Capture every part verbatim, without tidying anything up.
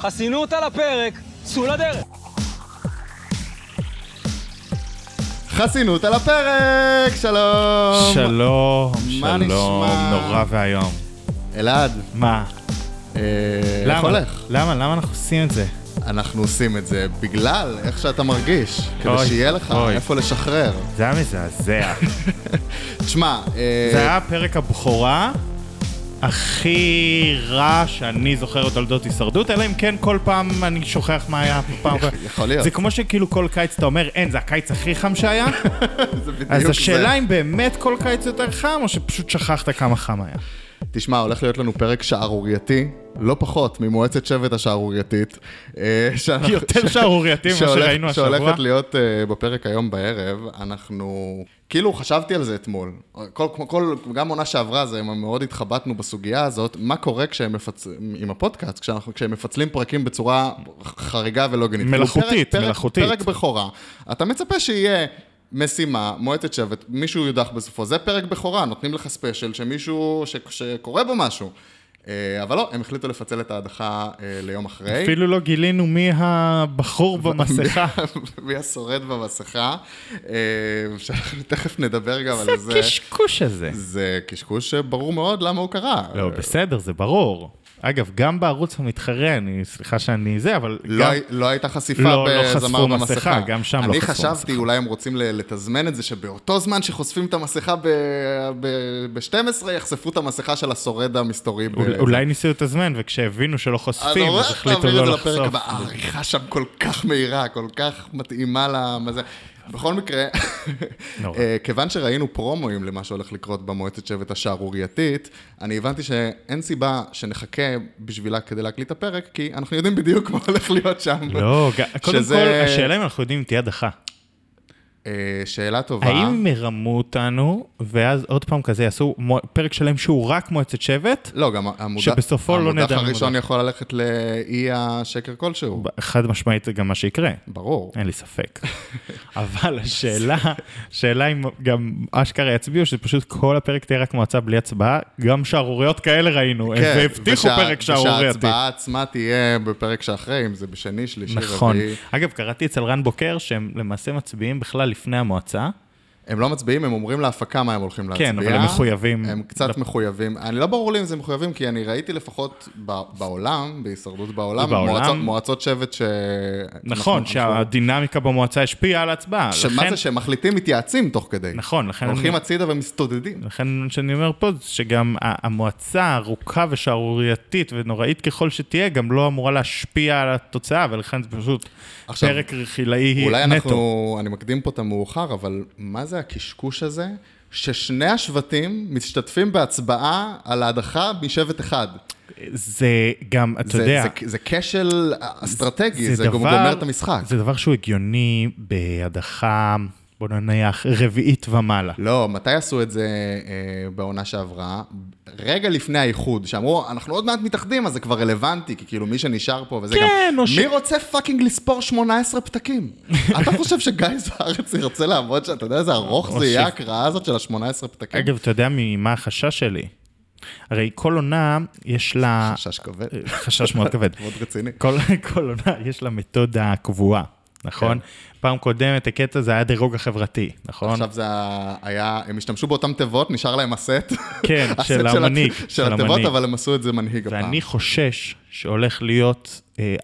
חסינות על הפרק, צאו לדרך. חסינות על הפרק, שלום. שלום, מה שלום, נשמע? נורא והיום. אלעד, מה? אה, איך למה? הולך? למה? למה אנחנו עושים את זה? אנחנו עושים את זה בגלל איך שאתה מרגיש, כדי אוי, שיהיה לך אוי. איפה לשחרר. זה היה מזעזע. תשמע, אה, זה היה פרק הבכורה הכי רע שאני זוכר את תולדות הישרדות, אלא אם כן כל פעם אני שוכח מה היה פעם. יכול להיות. זה כמו שכאילו כל קיץ אתה אומר, אין, זה הקיץ הכי חם שהיה? זה בדיוק אז זה. השאלה אם באמת כל קיץ יותר חם, או שפשוט שכחת כמה חם היה. תשמע, הולך להיות לנו פרק שערורייתי, לא פחות ממועצת שבט השערורייתית. אה, שאנחנו- יותר שערורייתי ממה שהולך- שראינו השבוע. שהולכת להיות אה, בפרק היום בערב. אנחנו, כאילו חשבתי על זה אתמול. כל, כמו כל, גם עונה שעברה זה, מאוד התחבטנו בסוגיה הזאת, מה קורה כשהם מפצ... עם הפודקאסט, כשאנחנו, כשהם מפצלים פרקים בצורה חריגה ולא גנית. מלאכותית, כאילו, פרק, מלאכותית. פרק בכורה. אתה מצפה שיהיה משימה, מועצת שבט, מישהו יודח בסופו. זה פרק בכורה, נותנים לך ספיישל שמישהו, ש... שקורה בו משהו. אה, אבל לא, הם החליטו לפצל את ההדחה אה, ליום אחרי. אפילו לא גילינו מי הבחור במסכה. מי השורד במסכה. אה, שאנחנו תכף נדבר גם על זה. זה קשקוש הזה. זה קשקוש שברור מאוד למה הוא קרה. לא, בסדר, זה ברור. אגב, גם בערוץ המתחרה, אני, סליחה שאני זה, אבל לא, גם... הי- לא הייתה חשיפה לא, לא בזמר חשפו במסכה. מסכה, גם שם לא אני חשפו חשבתי, מסכה. אולי הם רוצים ל- לתזמן את זה, שבאותו זמן שחושפים את המסכה ב-שתים עשרה, יחשפו את המסכה של השורד המסתורי. ב- אולי- אולי ניסו את הזמן, וכשהבינו שלא אז חושפים, אז הולך החליטו להעביר את לא זה לפרק לחשוף. הבא. העריכה שם כל כך מהירה, כל כך מתאימה למה זה. בכל מקרה, נורא. אה, כיוון שראינו פרומואים למה שהולך לקרות במועצת שבט השערורייתית, אני הבנתי שאין סיבה שנחכה בשבילה כדי להקליט את הפרק, כי אנחנו יודעים בדיוק מה הולך להיות שם. לא, ג- קודם שזה- כל, השאלה אם אנחנו יודעים אם תהיה הדחה. אה, שאלה טובה. האם הם ירמו אותנו, ואז עוד פעם כזה יעשו מו- פרק שלם שהוא רק מועצת שבט? לא, גם המודח, שבסופו לא נדע המודח מי הראשון מודח. יכול ללכת לאי השקר כלשהו. חד משמעית זה גם מה שיקרה. ברור. אין לי ספק. אבל השאלה, השאלה אם גם אשכרה יצביעו, שפשוט כל הפרק תהיה רק מועצה בלי הצבעה, גם שערוריות כאלה ראינו, כן, והבטיחו ושה- פרק שערורייתי. ושההצבעה עצמה תהיה בפרק שאחרי, אם זה בשני, שלישי, נכון. רביעי. אגב, קראתי אצל רן בוקר, שהם למעשה מצביעים בכלל לפני המועצה. הם לא מצביעים, הם אומרים להפקה מה הם הולכים להצביע. כן, אבל הם מחויבים. הם קצת מחויבים. אני לא ברור לי אם זה מחויבים, כי אני ראיתי לפחות ב- בעולם, בהישרדות בעולם, בעולם. מועצות, מועצות שבט ש... נכון, אנחנו- שהדינמיקה במועצה השפיעה על ההצבעה. שמה לכן- זה שהם מחליטים, מתייעצים תוך כדי. נכון, לכן... הולכים הצידה ומסתודדים. לכן מה שאני אומר פה, זה שגם ה- המועצה ארוכה ושערורייתית ונוראית ככל שתהיה, גם לא אמורה להשפיע על התוצאה, ולכן זה פשוט עכשיו, פרק רכילאי אולי נטו. אנחנו, אני מקדים פה את המאוחר, אבל מה זה הקשקוש הזה? ששני השבטים משתתפים בהצבעה על ההדחה משבט אחד. זה גם, אתה זה, יודע... זה, זה כשל אסטרטגי, זה, זה זה גם דבר- גומר את המשחק. זה דבר שהוא הגיוני בהדחה, בוא נניח, רביעית ומעלה. לא, מתי עשו את זה אה, בעונה שעברה? רגע לפני האיחוד, שאמרו, אנחנו עוד מעט מתאחדים, אז זה כבר רלוונטי, כי כאילו מי שנשאר פה, וזה כן, גם... או ש- מי רוצה פאקינג לספור שמונה עשרה פתקים? אתה חושב שגיא זוארץ ירצה לעמוד שאתה יודע איזה ארוך או זה יהיה ש- הקראה הזאת של ה-שמונה עשרה פתקים? אגב, אתה יודע ממה החשש שלי? הרי כל עונה יש לה... חשש כבד, חשש מאוד כבד. מאוד רציני. כל, כל עונה יש לה מתודה קבועה, נכון? כן. פעם קודמת הקטע זה היה דירוג החברתי, נכון? עכשיו זה היה, הם השתמשו באותם תיבות, נשאר להם הסט. כן, הסט של הת- המנהיג, של של התיבות, המנהיג. אבל הם עשו את זה מנהיג הפעם. ואני חושש שהולך להיות, אה,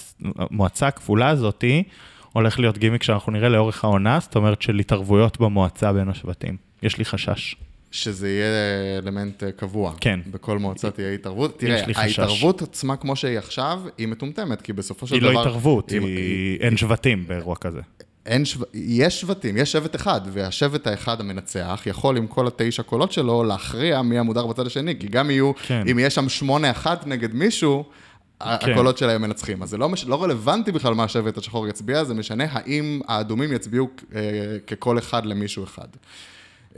המועצה הכפולה הזאת, הולך להיות גימיק שאנחנו נראה לאורך העונה, זאת אומרת של התערבויות במועצה בין השבטים. יש לי חשש. שזה יהיה אלמנט אה, קבוע. כן. בכל מועצה תהיה התערבות. יש תראה, לי חשש. ההתערבות עצמה כמו שהיא עכשיו, היא מטומטמת, כי בסופו של היא דבר... לא התערבות, היא- היא- אין שבטים באירוע כזה. אין שב... יש שבטים, יש שבט אחד, והשבט האחד המנצח יכול עם כל התשע קולות שלו להכריע מי המודר בצד השני, כי גם יהיו, כן. אם יש שם שמונה אחת נגד מישהו, כן. הקולות שלהם מנצחים. אז זה לא, מש... לא רלוונטי בכלל מה השבט השחור יצביע, זה משנה האם האדומים יצביעו אה, ככל אחד למישהו אחד. אה,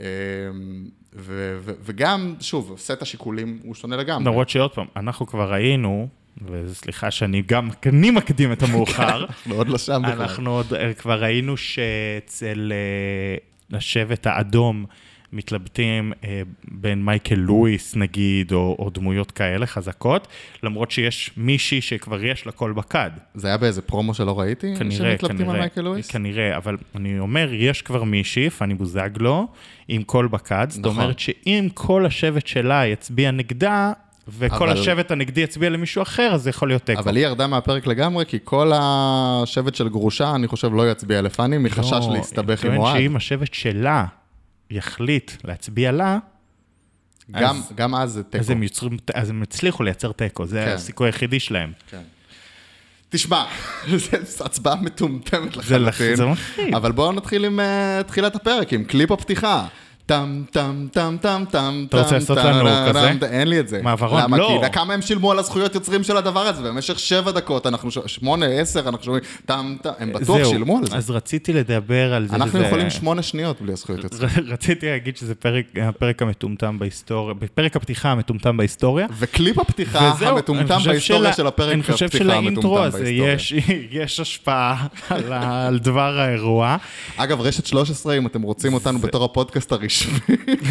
ו... ו... וגם, שוב, סט השיקולים הוא שונה לגמרי. למרות שעוד פעם, אנחנו כבר ראינו, וסליחה שאני גם, אני מקדים את המאוחר, אנחנו עוד לא שם בכלל. אנחנו עוד, כבר ראינו שאצל אה, השבט האדום, מתלבטים אה, בין מייקל לואיס נגיד, או, או דמויות כאלה חזקות, למרות שיש מישהי שכבר יש לה קול בקד. זה היה באיזה פרומו שלא ראיתי? כנראה, שמתלבטים כנראה, על מייקל לואיס? כנראה, אבל אני אומר, יש כבר מישהי, פני בוזגלו, עם קול בקד, זאת נכון. אומרת שאם כל השבט שלה יצביע נגדה, וכל אבל... השבט הנגדי יצביע למישהו אחר, אז זה יכול להיות תיקו. אבל היא ירדה מהפרק לגמרי, כי כל השבט של גרושה, אני חושב, לא יצביע לפני, מחשש לא, להסתבך עם טוען אוהד. שאם השבט שלה יחליט להצביע לה, גם, אז, גם אז זה תיקו. אז הם, יוצרים, אז הם הצליחו לייצר תיקו, זה כן. הסיכוי היחידי שלהם. כן. תשמע, זו הצבעה מטומטמת זה לחלוטין. זה מחריד. אבל בואו נתחיל עם uh, תחילת הפרק, עם קליפ הפתיחה. טם, טם, טם, טם, טם, אתה רוצה לעשות לנו כזה? אין לי את זה. מעברון? למה? לא. כי כמה הם שילמו על הזכויות יוצרים של הדבר הזה, במשך שבע דקות, אנחנו שמונה, עשר, אנחנו שומעים, טם, טם, הם בטוח שילמו על זה. אז רציתי לדבר על זה. אנחנו שזה... יכולים שמונה שניות בלי הזכויות יוצרים. רציתי להגיד שזה פרק, הפרק המטומטם בהיסטוריה, בפרק הפתיחה המטומטם בהיסטוריה. וקליפ הפתיחה וזהו, המטומטם אני חושב בהיסטוריה של- של הפרק אני חושב הפתיחה שלאינטרו המטומטם הזה בהיסטוריה. יש, יש השפעה על, ה- על דבר האירוע. אגב, רשת שלוש עשרה, אם אתם רוצים אותנו בתור הפודקאסט הרשמי.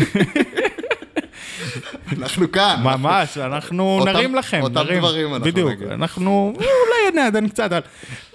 אנחנו כאן. ממש, אנחנו אותם- נרים לכם. אותם נרים. דברים אנחנו בדיוק, נגיד. אנחנו אולי נעדן קצת על...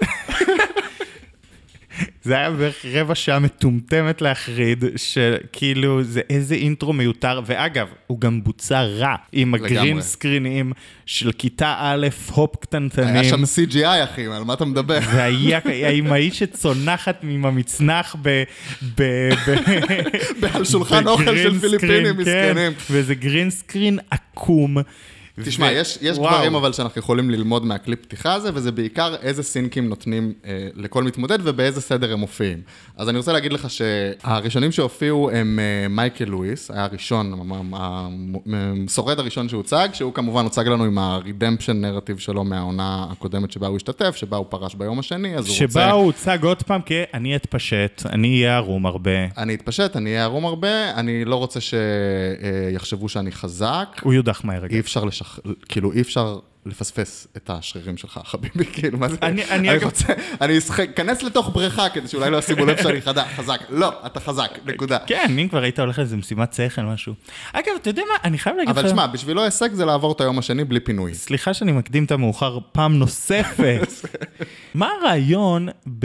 זה היה בערך רבע שעה מטומטמת להחריד, שכאילו זה איזה אינטרו מיותר, ואגב, הוא גם בוצע רע, עם הגרין סקרינים של כיתה א', הופ קטנטנים. היה שם סי ג'י איי, אחי, על מה אתה מדבר? והיה האמאי שצונחת עם המצנח ב... ב... ב... על שולחן אוכל של בגרין פיליפינים סקרין, מסכנים. כן, וזה גרין סקרין עקום. תשמע, ו- יש, יש וואו. דברים אבל שאנחנו יכולים ללמוד מהקליפ פתיחה הזה, וזה בעיקר איזה סינקים נותנים אה, לכל מתמודד ובאיזה סדר הם מופיעים. אז אני רוצה להגיד לך שהראשונים שהופיעו הם אה, מייקל לואיס, היה הראשון, המשורד הראשון שהוצג, שהוא כמובן הוצג לנו עם הרידמפשן נרטיב שלו מהעונה הקודמת שבה הוא השתתף, שבה הוא פרש ביום השני, אז הוא רוצה... שבה הוא הוצג עוד פעם כי-אני אתפשט, אני אהיה ערום הרבה. אני אתפשט, אני אהיה ערום הרבה, אני לא רוצה שיחשבו שאני חזק. הוא יודח מהר רגע. אי אפשר לשח... כאילו, אי אפשר לפספס את השרירים שלך, חביבי, כאילו, מה זה? אני- אני אני אגב- רוצה, אני אשחק, כנס לתוך בריכה, כדי שאולי לא ישימו לב שאני חד- חזק. לא, אתה חזק, נקודה. כן, אם כבר היית הולך לאיזה משימת שכל, משהו. אגב, אתה יודע מה, אני חייב להגיד לך... אבל שמע, בשבילו הישג זה לעבור את היום השני בלי פינוי. סליחה שאני מקדים את המאוחר פעם נוספת. מה הרעיון ב...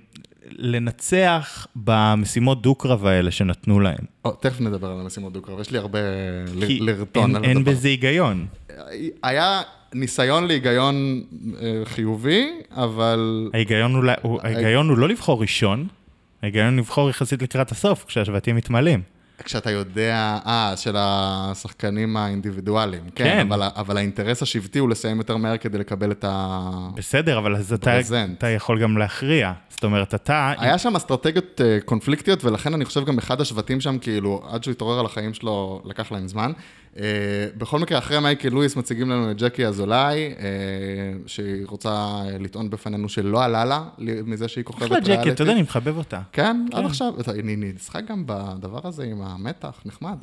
לנצח במשימות דו-קרב האלה שנתנו להם? או, תכף נדבר על המשימות דו-קרב, יש לי הרבה ל- כי לרטון אין, על אין הדבר. בזה היגיון. היה ניסיון להיגיון אה, חיובי, אבל... ההיגיון הוא, הוא, ההיגיון הוא לא לבחור ראשון, ההיגיון הוא לבחור יחסית לקראת הסוף, כשהשבטים מתמלאים. כשאתה יודע, אה, של השחקנים האינדיבידואליים, כן, כן. אבל, אבל האינטרס השבטי הוא לסיים יותר מהר כדי לקבל את ה... בסדר, אבל אז אתה, ברזנט. אתה יכול גם להכריע. זאת אומרת, אתה... היה שם אסטרטגיות אה, קונפליקטיות, ולכן אני חושב גם אחד השבטים שם, כאילו, עד שהוא התעורר על החיים שלו, לקח להם זמן. אה, בכל מקרה, אחרי מייקל לואיס מציגים לנו את ג'קי אזולאי, אה, שהיא רוצה לטעון בפנינו שלא עלה לה, מזה שהיא כוכבת אחלה ריאליטי. ג'קי, אתה יודע, אני מחבב אותה. כן, עד עכשיו. היא נשחק גם בדבר הזה עם המתח, נחמד.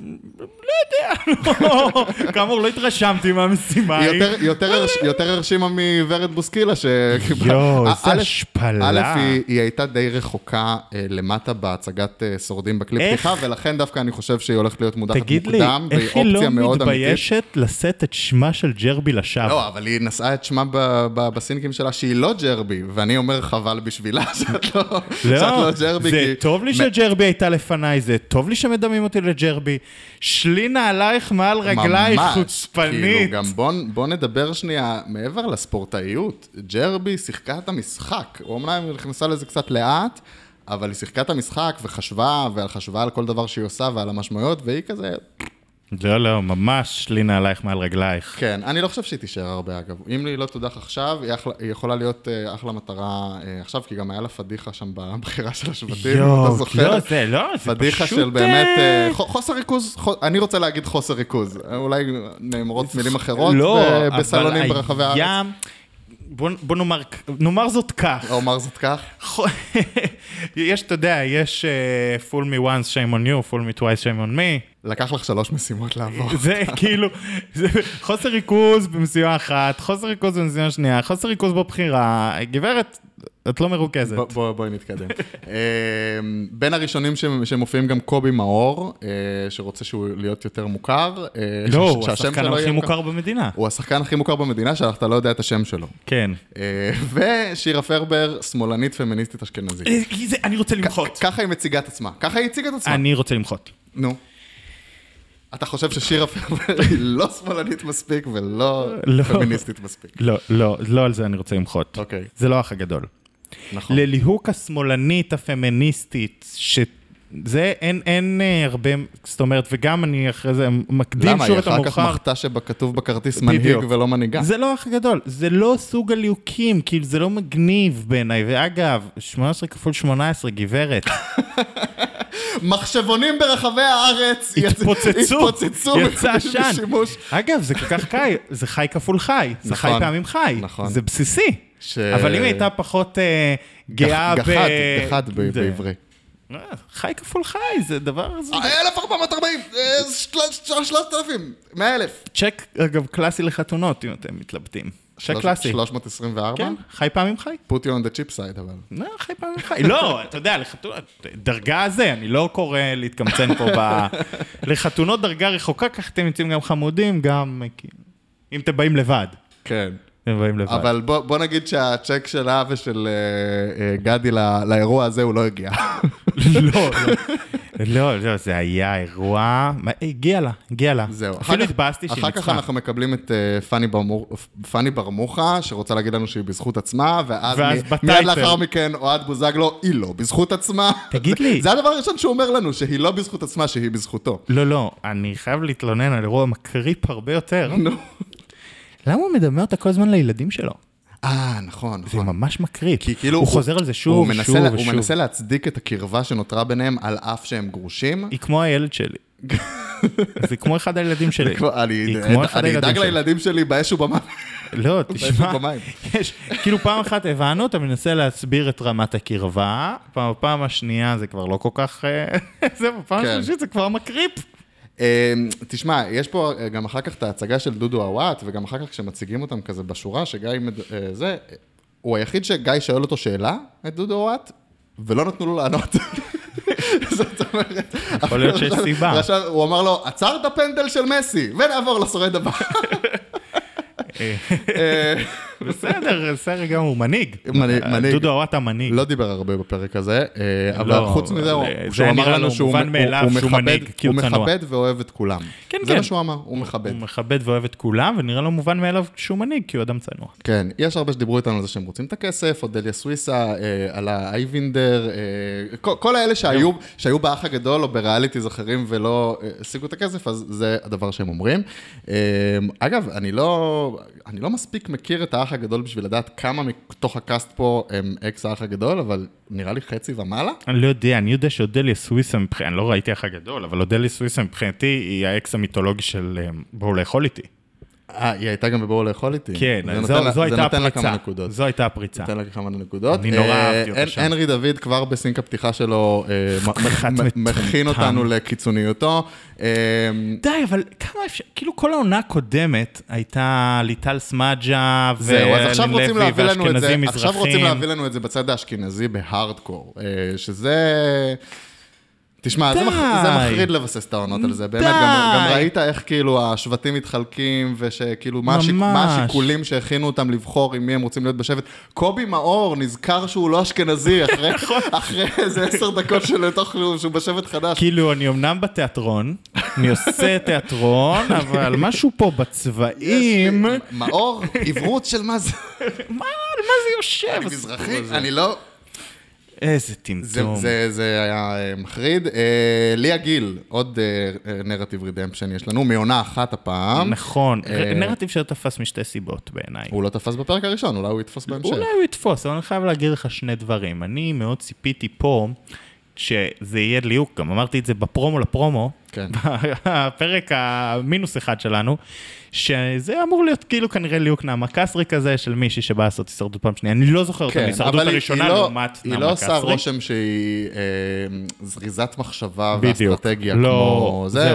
כאמור, לא התרשמתי מהמשימה. היא יותר- יותר הרש- יותר הרשימה מוורד בוסקילה, ש... יואו, א', איזה השפלה. א', היא- היא הייתה די רחוקה אה, למטה בהצגת אה, שורדים בקליפ איך? פתיחה, ולכן דווקא אני חושב שהיא הולכת להיות מודחת תגיד לי, מוקדם, והיא איך היא לא אופציה מאוד אמיתית. מתביישת לשאת את שמה של ג'רבי לשווא? לא, אבל היא נשאה את שמה ב- ב- בסינקים שלה שהיא לא ג'רבי, ואני אומר חבל בשבילה שאת לא שאת לא ג'רבי. זה כי- טוב לי שג'רבי הייתה לפניי, זה טוב לי שמדמים אותי לג'רבי. שלי נעלייך מעל רגלייך ממש, חוצפנית. כאילו, גם בוא, בוא נדבר שנייה, מעבר לספורטאיות, ג'רבי שיחקה את המשחק, הוא אמנם נכנסה לזה קצת לאט, אבל היא שיחקה את המשחק וחשבה, וחשבה על כל דבר שהיא עושה ועל המשמעויות, והיא כזה... לא, לא, ממש שלי נעלייך מעל רגלייך. כן, אני לא חושב שהיא תישאר הרבה אגב. אם היא לא תודח עכשיו, היא, אחלה, היא יכולה להיות אה, אחלה מטרה אה, עכשיו, כי גם היה לה פדיחה שם בבחירה של השבטים, יואו, אתה זוכר? לא, זה לא, זה פדיחה פשוט... של באמת, אה, אה, ח- חוסר ריכוז, ח- אני רוצה להגיד חוסר ריכוז, אולי נאמרות מילים אחרות לא, ב- אבל בסלונים ברחבי הארץ. היה... בוא, בוא נאמר, נאמר זאת כך. אומר זאת כך. יש, אתה יודע, יש uh, fool me once, shame on you, fool me twice, shame on me. לקח לך שלוש משימות לעבור. זה כאילו, זה חוסר ריכוז במשימה אחת, חוסר ריכוז במשימה שנייה, חוסר ריכוז בבחירה. גברת, את לא מרוכזת. בואי נתקדם. בין הראשונים שמופיעים גם קובי מאור, שרוצה שהוא להיות יותר מוכר. לא, הוא השחקן הכי מוכר במדינה. הוא השחקן הכי מוכר במדינה, שאתה לא יודע את השם שלו. כן. ושירה פרבר, שמאלנית פמיניסטית אשכנזית. אני רוצה למחות. ככה היא מציגה את עצמה. ככה היא הציגה את עצמה. אני רוצה למחות. נו. אתה חושב ששירה פרבר היא לא שמאלנית מספיק ולא פמיניסטית מספיק. לא, לא, לא על זה אני רוצה למחות. אוקיי. זה לא אח הגדול. נכון. לליהוק השמאלנית הפמיניסטית, שזה אין, אין הרבה, זאת אומרת, וגם אני אחרי זה מקדים שוב את המאוחר. למה? היא אחר כך מחתה שבכתוב בכרטיס מנהיג ולא מנהיגה. זה לא אח הגדול, זה לא סוג הליהוקים, כאילו זה לא מגניב בעיניי, ואגב, שמונה עשרה כפול שמונה עשרה, גברת. מחשבונים ברחבי הארץ התפוצצו, יצא עשן. אגב, זה כל כך חי, זה חי כפול חי, זה חי פעמים חי, זה בסיסי. אבל אם הייתה פחות גאה ב... גחד, גחד בעברי. חי כפול חי, זה דבר... אלף ארבע מאות וארבעים, שלושת אלפים, מאה אלף. צ'ק, אגב, קלאסי לחתונות, אם אתם מתלבטים. צ'ק קלאסי. שלוש מאות עשרים וארבע? כן, חי פעמים חי. put you on the chip side, אבל. לא, חי פעמים חי. לא, אתה יודע, לחתונות, דרגה הזה, אני לא קורא להתקמצן פה ב... לחתונות דרגה רחוקה, כך אתם יוצאים גם חמודים, גם... אם אתם באים לבד. כן. הם באים לבד. אבל בוא, בוא נגיד שהצ'ק שלה ושל uh, uh, גדי לא, לאירוע הזה הוא לא הגיע. לא, לא, לא, זה היה אירוע, הגיע לה, הגיע לה. זהו. אפילו התבאסתי שהיא ניצחה. אחר כך אנחנו מקבלים את uh, פני, ברמור, פני ברמוחה, שרוצה להגיד לנו שהיא בזכות עצמה, ואז, ואז מ, מיד לאחר מכן אוהד בוזגלו, היא לא בזכות עצמה. תגיד לי. זה הדבר הראשון שהוא אומר לנו, שהיא לא בזכות עצמה, שהיא בזכותו. לא, לא, אני חייב להתלונן על אירוע מקריפ הרבה יותר. נו. למה הוא מדמה אותה כל הזמן לילדים שלו? אה, נכון, זה נכון. ממש מקריפ. כי כאילו הוא חוזר על זה שוב הוא ושוב מנסה, ושוב. הוא מנסה להצדיק את הקרבה שנותרה ביניהם על אף שהם גרושים. היא כמו הילד שלי. זה כמו אחד הילדים שלי. אני אדאג לילדים שלי באש ובמים. לא, תשמע, יש, כאילו פעם אחת הבנו, אתה מנסה להסביר את רמת הקרבה, פעם השנייה זה כבר לא כל כך, זה פעם השלישית זה כבר מקריפ. תשמע, יש פה גם אחר כך את ההצגה של דודו אוואט, וגם אחר כך כשמציגים אותם כזה בשורה, שגיא זה, הוא היחיד שגיא שואל אותו שאלה, את דודו אוואט, ולא נתנו לו לענות. זאת אומרת... יכול להיות שיש סיבה. הוא אמר לו, עצר את הפנדל של מסי, ונעבור לשורד הבא. בסדר, בסדר גם הוא מנהיג. דודו אוואט המנהיג. לא דיבר הרבה בפרק הזה, אבל חוץ מזה, הוא אמר לנו שהוא מכבד ואוהב את כולם. זה מה שהוא אמר, הוא מכבד. הוא מכבד ואוהב את כולם, ונראה לו מובן מאליו שהוא מנהיג, כי הוא אדם צנוע. כן, יש הרבה שדיברו איתנו על זה שהם רוצים את הכסף, אודליה סוויסה, על האייבינדר, כל האלה שהיו באח הגדול או בריאליטיז אחרים ולא השיגו את הכסף, אז זה הדבר שהם אומרים. אגב, אני לא... אני לא מספיק מכיר את האח הגדול בשביל לדעת כמה מתוך הקאסט פה הם אקס האח הגדול, אבל נראה לי חצי ומעלה. אני לא יודע, אני יודע שאודליה סוויסה מבחינתי, אני לא ראיתי האח הגדול, אבל אודליה סוויסה מבחינתי היא האקס המיתולוגי של בואו לאכול איתי. אה, היא הייתה גם בבואו לאכול איתי. כן, זו הייתה הפריצה. זו הייתה הפריצה. נותן לה כמה נקודות. אני נורא אהבתי אותה שם. הנרי דוד כבר בסינק הפתיחה שלו מכין אותנו לקיצוניותו. די, אבל כמה אפשר, כאילו כל העונה הקודמת הייתה ליטל סמאג'ה ולוי ואשכנזים מזרחים. עכשיו רוצים להביא לנו את זה בצד האשכנזי בהארדקור, שזה... תשמע, זה מחריד לבסס את העונות על זה, באמת, גם ראית איך כאילו השבטים מתחלקים, ושכאילו מה השיקולים שהכינו אותם לבחור עם מי הם רוצים להיות בשבט. קובי מאור נזכר שהוא לא אשכנזי, אחרי איזה עשר דקות שהוא בשבט חדש. כאילו, אני אמנם בתיאטרון, אני עושה תיאטרון, אבל משהו פה בצבעים... מאור, עברות של מה זה? מה זה יושב? אני מזרחי, אני לא... איזה טמטום. זה, זה היה מחריד. ליה גיל, עוד נרטיב רידמפשן יש לנו, מעונה אחת הפעם. נכון, נרטיב שתפס משתי סיבות בעיניי. הוא לא תפס בפרק הראשון, אולי הוא יתפוס בהמשך. אולי הוא יתפוס, אבל אני חייב להגיד לך שני דברים. אני מאוד ציפיתי פה, שזה יהיה ליהוק, גם אמרתי את זה בפרומו לפרומו, בפרק המינוס אחד שלנו, שזה אמור להיות כאילו כנראה ליהוק נעמה קסרי כזה, של מישהי שבא לעשות הישרדות פעם שנייה. אני לא זוכר אותה מהישרדות הראשונה לעומת נעמה קסרי. היא לא עושה רושם שהיא זריזת מחשבה ואסטרטגיה כמו זה.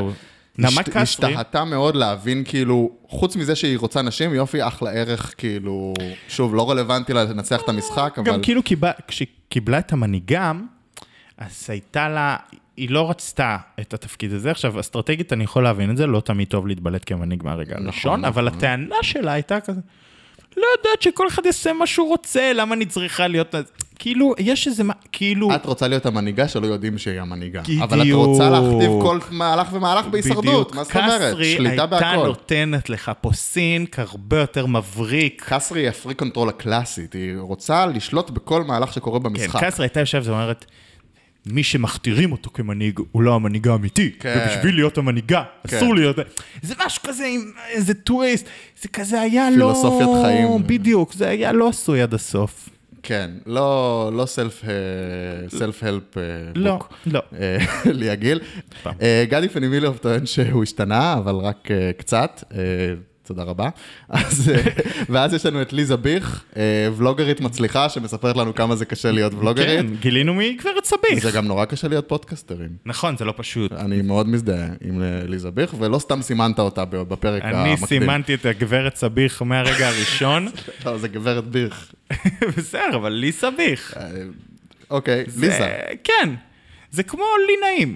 נעמה קסרי. השתהתה מאוד להבין, כאילו, חוץ מזה שהיא רוצה נשים, יופי, אחלה ערך, כאילו, שוב, לא רלוונטי לה לנצח את המשחק, אבל... גם כאילו, כשקיבלה את המנהיגה, אז הייתה לה, היא לא רצתה את התפקיד הזה. עכשיו, אסטרטגית, אני יכול להבין את זה, לא תמיד טוב להתבלט כמנהיג מהרגע הראשון, אבל הטענה שלה הייתה כזה, לא יודעת שכל אחד יעשה מה שהוא רוצה, למה אני צריכה להיות... כאילו, יש איזה, כאילו... את רוצה להיות המנהיגה שלא יודעים שהיא המנהיגה. אבל את רוצה להכתיב כל מהלך ומהלך בהישרדות. מה זאת אומרת? שליטה בהכל. קסרי הייתה נותנת לך פה סינק הרבה יותר מבריק. קסרי היא הפרי קונטרול הקלאסית. היא רוצה לשלוט בכל מהלך שקורה במשחק. כן, קסרי הייתה יושב, זאת אומרת, מי שמכתירים אותו כמנהיג, הוא לא המנהיגה האמיתי. ובשביל להיות המנהיגה, אסור להיות... זה משהו כזה עם איזה טוויסט. זה כזה היה לא... פילוסופיית חיים. בדיוק, זה היה לא עשוי עד הסוף. כן, לא, לא סלף, סלף הלפ לא, בוק. לא. ליגיל. גדי פנימילוב טוען שהוא השתנה, אבל רק קצת. תודה רבה. אז, ואז יש לנו את ליזה ביך, ולוגרית מצליחה, שמספרת לנו כמה זה קשה להיות ולוגרית. כן, גילינו מי גברת סביך. זה גם נורא קשה להיות פודקאסטרים. נכון, זה לא פשוט. אני מאוד מזדהה עם ליזה ביך, ולא סתם סימנת אותה בפרק המקדים. אני סימנתי את הגברת סביך מהרגע הראשון. לא, זה גברת ביך. בסדר, אבל לי סביך. אוקיי, ליזה. כן, זה כמו לי נעים.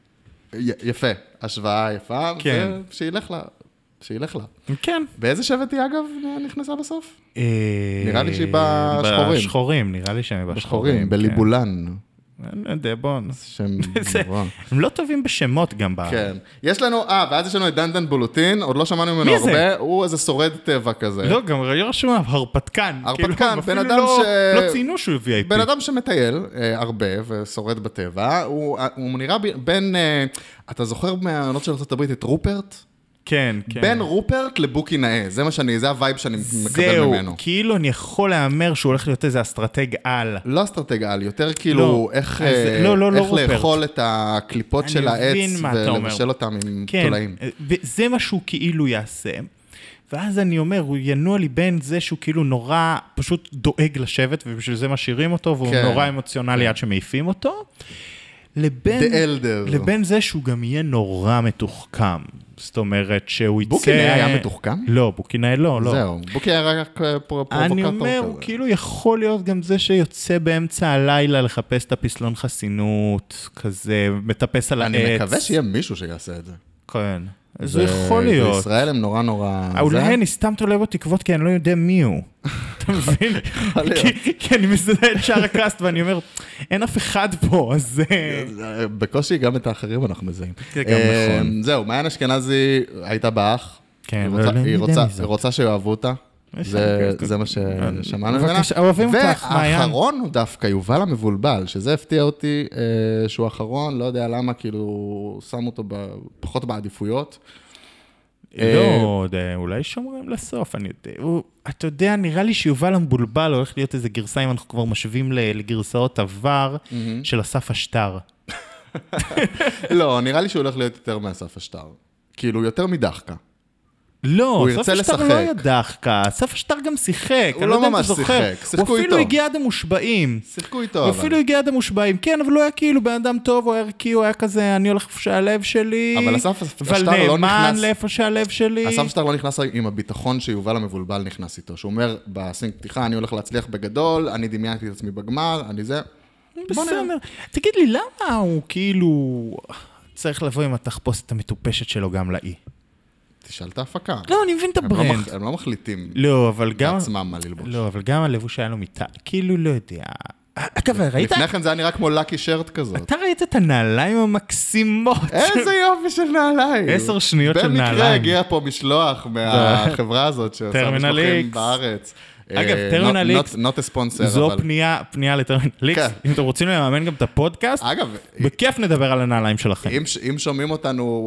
יפה, השוואה יפה, ושילך לה. שילך לה. כן. באיזה שבט היא אגב נכנסה בסוף? נראה לי שהיא בשחורים. בשחורים, נראה לי שהיא בשחורים, בליבולן. אני לא יודע, בוא. שם נורא. הם לא טובים בשמות גם בארץ. כן. יש לנו, אה, ואז יש לנו את דנדן בולוטין, עוד לא שמענו ממנו הרבה, הוא איזה שורד טבע כזה. לא, גם רשום עליו, הרפתקן. הרפתקן, בן אדם ש... לא ציינו שהוא וי איי פי. בן אדם שמטייל הרבה ושורד בטבע, הוא נראה בין, אתה זוכר מהעונות של ארצות הברית את רופרט? כן, כן. בין רופרט לבוקי נאה, זה מה שאני, זה הווייב שאני מקבל ממנו. זהו, כאילו אני יכול להאמר שהוא הולך להיות איזה אסטרטג על. לא אסטרטג על, יותר כאילו איך, לא, לא, לא, איך לא לאכול את הקליפות של העץ ולבשל אותם עם כן, תולעים. וזה מה שהוא כאילו יעשה. ואז אני אומר, הוא ינוע לי בין זה שהוא כאילו נורא פשוט דואג לשבט, ובשביל זה משאירים אותו, והוא כן, נורא אמוציונלי כן. עד שמעיפים אותו. לבין, לבין זה שהוא גם יהיה נורא מתוחכם. זאת אומרת שהוא יצא... בוקי נאה היה מתוחכם? לא, בוקי נאה לא, לא. זהו, בוקי היה רק פרובוקטור כזה. אני אומר, הוא כאילו יכול להיות גם זה שיוצא באמצע הלילה לחפש את הפסלון חסינות, כזה, מטפס על העץ. אני מקווה שיהיה מישהו שיעשה את זה. כן. אז הוא יכול להיות. בישראל הם נורא נורא... אולי אני סתם תולה בו תקוות, כי אני לא יודע מי הוא. אתה מבין? כי אני מזדהה את שער הקאסט, ואני אומר, אין אף אחד פה, אז... בקושי גם את האחרים אנחנו מזהים. גם נכון. זהו, מעיין אשכנזי הייתה באח. כן, היא רוצה שאוהבו אותה. זה מה ששמענו ממנה. אוהבים אותך, מעיין. והאחרון הוא דווקא יובל המבולבל, שזה הפתיע אותי שהוא אחרון, לא יודע למה, כאילו שם אותו פחות בעדיפויות. לא, אולי שומרים לסוף, אני יודע. אתה יודע, נראה לי שיובל המבולבל הולך להיות איזה גרסה, אם אנחנו כבר משווים לגרסאות עבר של אסף אשטר. לא, נראה לי שהוא הולך להיות יותר מאסף אשטר. כאילו, יותר מדחקה. לא, אסף אשטר לא היה דחקה, אסף אשטר גם שיחק, הוא לא ממש שיחק, שיחקו איתו. הוא אפילו הגיע עד המושבעים. שיחקו איתו, אבל. הוא אפילו הגיע עד המושבעים, כן, אבל הוא היה כאילו בן אדם טוב, הוא היה ערכי, הוא היה כזה, אני הולך איפה שהלב שלי, אבל אסף אשטר לא נכנס... אבל נאמן לאיפה שהלב שלי. אסף אשטר לא נכנס עם הביטחון שיובל המבולבל נכנס איתו, שהוא אומר, בסינק פתיחה, אני הולך להצליח בגדול, אני דמיינתי את עצמי בגמר, אני זה... בסדר. תגיד לי, למה הוא כאילו צריך לבוא עם התחפושת המטופשת שלו גם לאי? תשאל את ההפקה. לא, אני מבין את הברנד. הם לא מחליטים לא, אבל גם... לעצמם מה ללבוש. לא, אבל גם הלבוש היה לו מיטה, כאילו לא יודע. אגב, ראית? לפני כן זה היה נראה כמו לקי שרט כזאת. אתה ראית את הנעליים המקסימות? איזה יופי של נעליים. עשר שניות של נעליים. במקרה הגיע פה משלוח מהחברה הזאת שעושה משלוחים בארץ. אגב, טרמינל איקס, not a sponsor, זו פנייה לטרמינל איקס. אם אתם רוצים לממן גם את הפודקאסט, בכיף נדבר על הנעליים שלכם. אם שומעים אותנו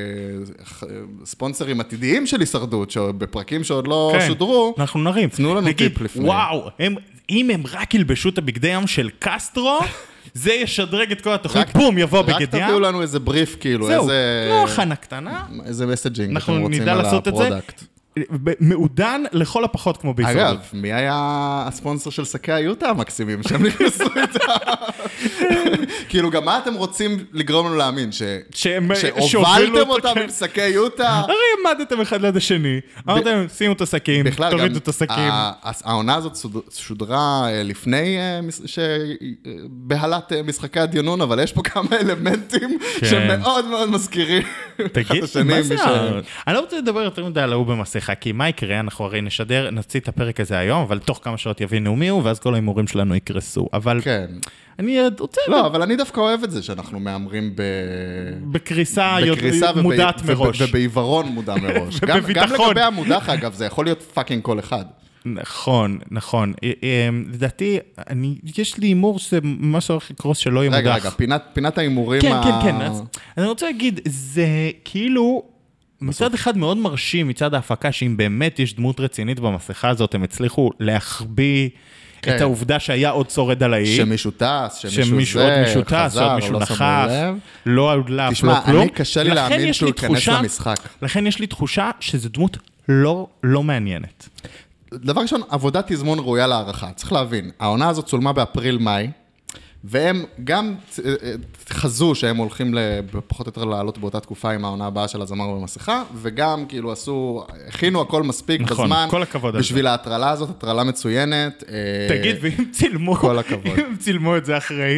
ספונסרים עתידיים של הישרדות, שבפרקים שעוד לא שודרו, אנחנו נרים. תנו לנו טיפ לפני. וואו, אם הם רק ילבשו את הבגדי ים של קסטרו, זה ישדרג את כל התוכנית, בום, יבוא בגד ים. רק תביאו לנו איזה בריף, כאילו, איזה... זהו, לא הכנה קטנה. איזה מסג'ינג אתם רוצים על הפרודקט. מעודן לכל הפחות כמו בהישרדות. אגב, מי היה הספונסר של שקי היוטה המקסימים שהם נכנסו איתה? כאילו, גם מה אתם רוצים לגרום לנו להאמין? שהובלתם אותם עם שקי יוטה? הרי עמדתם אחד ליד השני, אמרתם, שימו את השקים, תורידו את השקים. העונה הזאת שודרה לפני בהלת משחקי הדיונון, אבל יש פה כמה אלמנטים שמאוד מאוד מזכירים. תגיד, מה זה? אני לא רוצה לדבר יותר מדי על ההוא במסכה, כי מה יקרה? אנחנו הרי נשדר, נוציא את הפרק הזה היום, אבל תוך כמה שעות יבינו מי הוא, ואז כל ההימורים שלנו יקרסו. אבל אני רוצה... לא, אבל אני דווקא אוהב את זה, שאנחנו מאמרים ב... בקריסה מודעת מראש. ובעיוורון מודע מראש. גם לגבי המודח, אגב, זה יכול להיות פאקינג כל אחד. נכון, נכון. לדעתי, יש לי הימור שזה ממש הולך לקרוס שלא יהיה מודח. רגע, רגע, פינת ההימורים... כן, כן, כן. אני רוצה להגיד, זה כאילו... מצד אחד מאוד מרשים, מצד ההפקה, שאם באמת יש דמות רצינית במסכה הזאת, הם הצליחו להחביא את העובדה שהיה עוד שורד על האי. שמישהו טס, שמישהו זה, חזר, לא שמו לב. לא עוד לאף, לא תשמע, כלום. אני קשה לי להאמין שהוא ייכנס למשחק. לכן יש לי תחושה שזו דמות לא, לא מעניינת. דבר ראשון, עבודת תזמון ראויה להערכה. צריך להבין, העונה הזאת צולמה באפריל-מאי, והם גם חזו שהם הולכים פחות או יותר לעלות באותה תקופה עם העונה הבאה של הזמר במסכה, וגם כאילו עשו, הכינו הכל מספיק נכון, בזמן, כל הכבוד בשביל ההטרלה הזאת, הטרלה מצוינת. תגיד, ואם צילמו, כל הכבוד. אם צילמו את זה אחרי...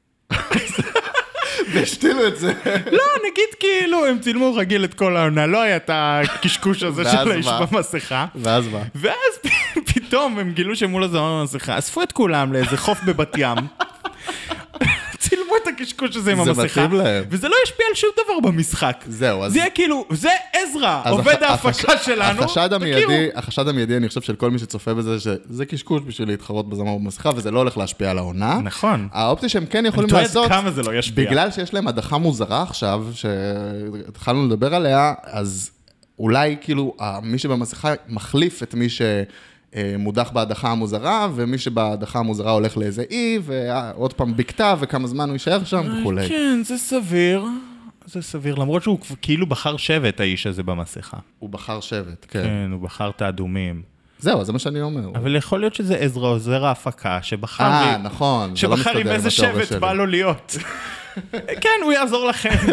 והשתילו את זה. לא, נגיד כאילו, הם צילמו רגיל את כל העונה, לא היה את הקשקוש הזה של האיש במסכה. ואז מה? ואז פתאום הם גילו שמול הזמר במסכה, אספו את כולם לאיזה חוף בבת ים, צילמו את הקשקוש הזה עם המסכה. זה מתאים להם. וזה לא ישפיע על שום דבר במשחק. זהו, אז... זה יהיה כאילו, זה עזרא, עובד ההפקה שלנו. החשד המיידי, החשד המיידי, אני חושב של כל מי שצופה בזה, שזה קשקוש בשביל להתחרות בזמר במסכה, וזה לא הולך להשפיע על העונה. נכון. האופציה שהם כן יכולים לעשות, כמה זה לא ישפיע. בגלל שיש להם הדחה מוזרה עכשיו, שהתחלנו לדבר עליה, אז אולי כאילו, מי שבמסכה מחליף את מי ש... מודח בהדחה המוזרה, ומי שבהדחה המוזרה הולך לאיזה אי, ועוד פעם בקתה, וכמה זמן הוא יישאר שם וכו'. כן, זה סביר. זה סביר, למרות שהוא כאילו בחר שבט, האיש הזה במסכה. הוא בחר שבט, כן. כן, הוא בחר את האדומים. זהו, זה מה שאני אומר. אבל יכול להיות שזה עזרא עוזר ההפקה, שבחר... אה, נכון. שבחר עם איזה שבט בא לו להיות. כן, הוא יעזור לכם.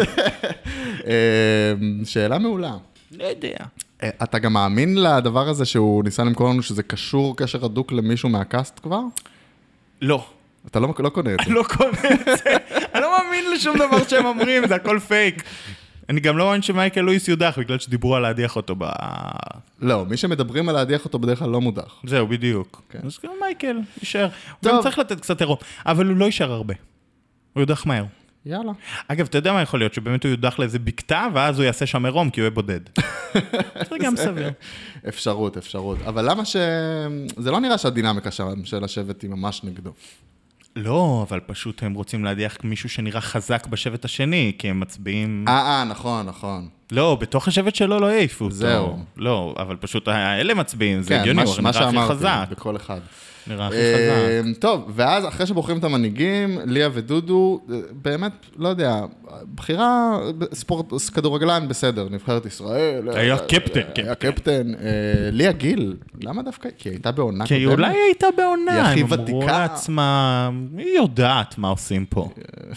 שאלה מעולה. לא יודע. אתה גם מאמין לדבר הזה שהוא ניסה למכור לנו שזה קשור קשר הדוק למישהו מהקאסט כבר? לא. אתה לא, לא קונה את זה. אני לא קונה את זה. אני לא מאמין לשום דבר שהם אומרים, זה הכל פייק. אני גם לא מאמין שמייקל לואיס יודח, בגלל שדיברו על להדיח אותו ב... לא, מי שמדברים על להדיח אותו בדרך כלל לא מודח. זהו, בדיוק. כן. אז גם מייקל יישאר. הוא גם צריך לתת קצת אירום, אבל הוא לא יישאר הרבה. הוא יודח מהר. יאללה. אגב, אתה יודע מה יכול להיות? שבאמת הוא יודח לאיזה בקתה, ואז הוא יעשה שם עירום, כי הוא יהיה בודד. זה גם סביר. אפשרות, אפשרות. אבל למה ש... זה לא נראה שהדינמיקה של השבט היא ממש נגדו. לא, אבל פשוט הם רוצים להדיח מישהו שנראה חזק בשבט השני, כי הם מצביעים... אה, אה, נכון, נכון. לא, בתוך השבט שלו לא יעיפו אותו. זהו. לא, אבל פשוט האלה מצביעים, זה כן, הגיוני, הוא נראה הכי שאמרתי, חזק. בכל אחד. נראה הכי חזק. טוב, ואז אחרי שבוחרים את המנהיגים, ליה ודודו, באמת, לא יודע, בחירה, ספורט, כדורגלן בסדר, נבחרת ישראל. היה קפטן. היה קפטן. ליה גיל, למה דווקא? כי היא הייתה בעונה קודמת. כי אולי היא הייתה בעונה. היא הכי ותיקה. הם אמרו לעצמה, היא יודעת מה עושים פה.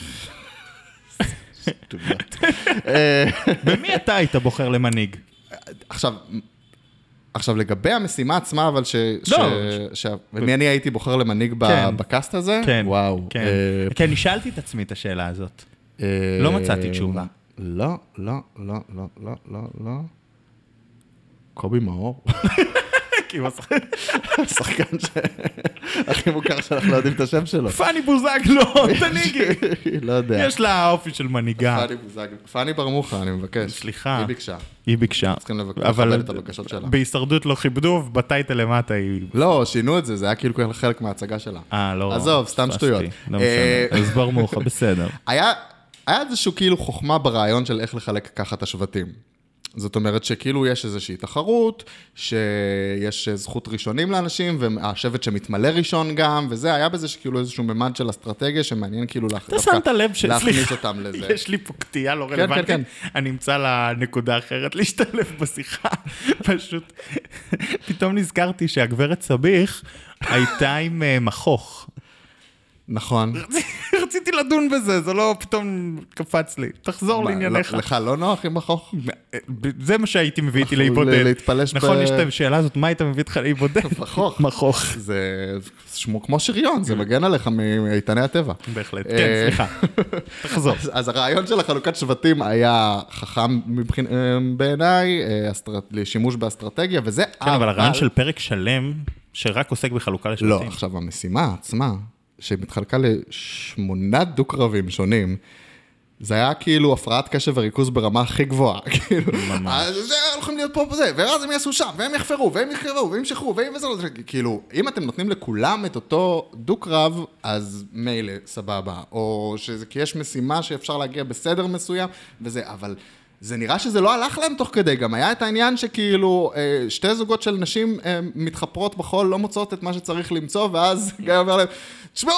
במי אתה היית בוחר למנהיג? עכשיו... עכשיו, לגבי המשימה עצמה, אבל ש... לא. ש... ומי אני הייתי בוחר למנהיג בקאסט הזה? כן. וואו. כן. כן, אני שאלתי את עצמי את השאלה הזאת. לא מצאתי תשובה. לא, לא, לא, לא, לא, לא, לא. קובי מאור. כי הוא השחקן הכי מוכר שאנחנו לא יודעים את השם שלו. פני בוזגלו, תניגי. לא יודע. יש לה אופי של מנהיגה. פני בוזגלו. פני ברמוחה, אני מבקש. סליחה. היא ביקשה. היא ביקשה. צריכים לכבד את הבקשות שלה. בהישרדות לא כיבדו, ובטייטל למטה היא... לא, שינו את זה, זה היה כאילו חלק מההצגה שלה. אה, לא. עזוב, סתם שטויות. לא משנה, אז ברמוחה, בסדר. היה איזשהו כאילו חוכמה ברעיון של איך לחלק ככה את השבטים. זאת אומרת שכאילו יש איזושהי תחרות, שיש זכות ראשונים לאנשים, והשבט שמתמלא ראשון גם, וזה היה בזה שכאילו איזשהו ממד של אסטרטגיה, שמעניין כאילו אתה שמת לב ש... להכניס אותם לזה. יש לי פה קטיעה לא רלוונטית, כן, כן. אני אמצא לנקודה אחרת להשתלב בשיחה, פשוט, פתאום נזכרתי שהגברת סביח הייתה עם מכוך. נכון. רציתי לדון בזה, זה לא פתאום קפץ לי. תחזור לענייניך. לך לא נוח עם מכוך? זה מה שהייתי מביא איתי להיבודד. להתפלש ב... נכון, יש את השאלה הזאת, מה היית מביא איתך להיבודד? מכוך. מכוך. זה שמו כמו שריון, זה מגן עליך מאיתני הטבע. בהחלט, כן, סליחה. תחזור. אז הרעיון של החלוקת שבטים היה חכם בעיניי, לשימוש באסטרטגיה, וזה... כן, אבל הרעיון של פרק שלם, שרק עוסק בחלוקה לשבטים. לא, עכשיו המשימה עצמה, שמתחלקה לשמונה דו-קרבים שונים, זה היה כאילו הפרעת קשב וריכוז ברמה הכי גבוהה. אז זה הולכים להיות פה וזה, ואז הם יעשו שם, והם יחפרו, והם יחפרו, והם ישחררו, והם וזה, כאילו, אם אתם נותנים לכולם את אותו דו-קרב, אז מילא, סבבה. או שזה, כי יש משימה שאפשר להגיע בסדר מסוים, וזה, אבל... זה נראה שזה לא הלך להם תוך כדי, גם היה את העניין שכאילו שתי זוגות של נשים מתחפרות בחול, לא מוצאות את מה שצריך למצוא, ואז גיא אומר להם, תשמעו,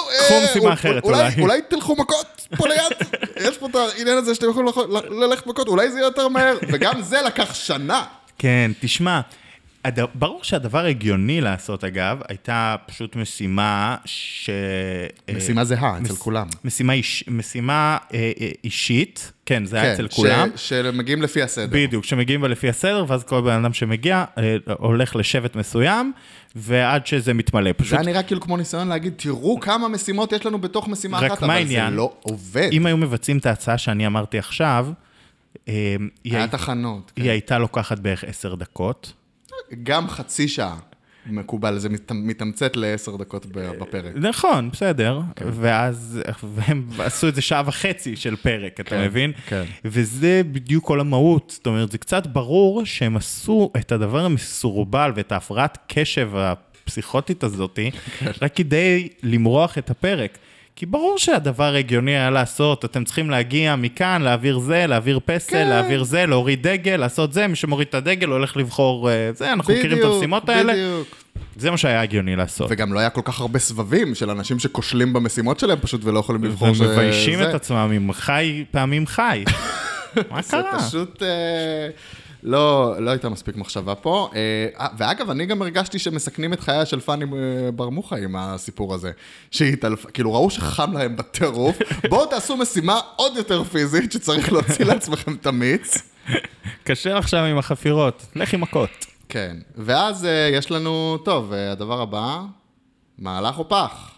אולי תלכו מכות פה ליד, יש פה את העניין הזה שאתם יכולים ללכת מכות, אולי זה יהיה יותר מהר, וגם זה לקח שנה. כן, תשמע, ברור שהדבר הגיוני לעשות, אגב, הייתה פשוט משימה ש... משימה זהה אצל כולם. משימה, איש... משימה אה, אישית, כן, זה היה אצל כולם. ש... שמגיעים לפי הסדר. בדיוק, שמגיעים בה לפי הסדר, ואז כל בן אדם שמגיע, אה, הולך לשבט מסוים, ועד שזה מתמלא. פשוט... זה נראה כאילו כמו ניסיון להגיד, תראו כמה משימות יש לנו בתוך משימה אחת, אבל העניין, זה לא עובד. אם היו מבצעים את ההצעה שאני אמרתי עכשיו, אה, היה תחנות. היא כן. הייתה לוקחת בערך עשר דקות. גם חצי שעה מקובל, זה מתמצאת לעשר דקות בפרק. נכון, בסדר. ואז, והם עשו את זה שעה וחצי של פרק, אתה מבין? כן. וזה בדיוק כל המהות. זאת אומרת, זה קצת ברור שהם עשו את הדבר המסורבל ואת ההפרעת קשב הפסיכוטית הזאת, רק כדי למרוח את הפרק. כי ברור שהדבר הגיוני היה לעשות, אתם צריכים להגיע מכאן, להעביר זה, להעביר פסל, כן. להעביר זה, להוריד דגל, לעשות זה, מי שמוריד את הדגל הולך לבחור זה, אנחנו בדיוק, מכירים את המשימות האלה. בדיוק. זה מה שהיה הגיוני לעשות. וגם לא היה כל כך הרבה סבבים של אנשים שכושלים במשימות שלהם פשוט ולא יכולים לבחור שזה... ומביישים את עצמם עם חי פעמים חי. מה קרה? זה פשוט... לא, לא הייתה מספיק מחשבה פה, ואגב, אני גם הרגשתי שמסכנים את חייה של פאני ברמוחה עם הסיפור הזה, כאילו ראו שחם להם בטירוף, בואו תעשו משימה עוד יותר פיזית, שצריך להוציא לעצמכם את המיץ. קשה עכשיו עם החפירות, לך עם מכות. כן, ואז יש לנו, טוב, הדבר הבא, מהלך או פח.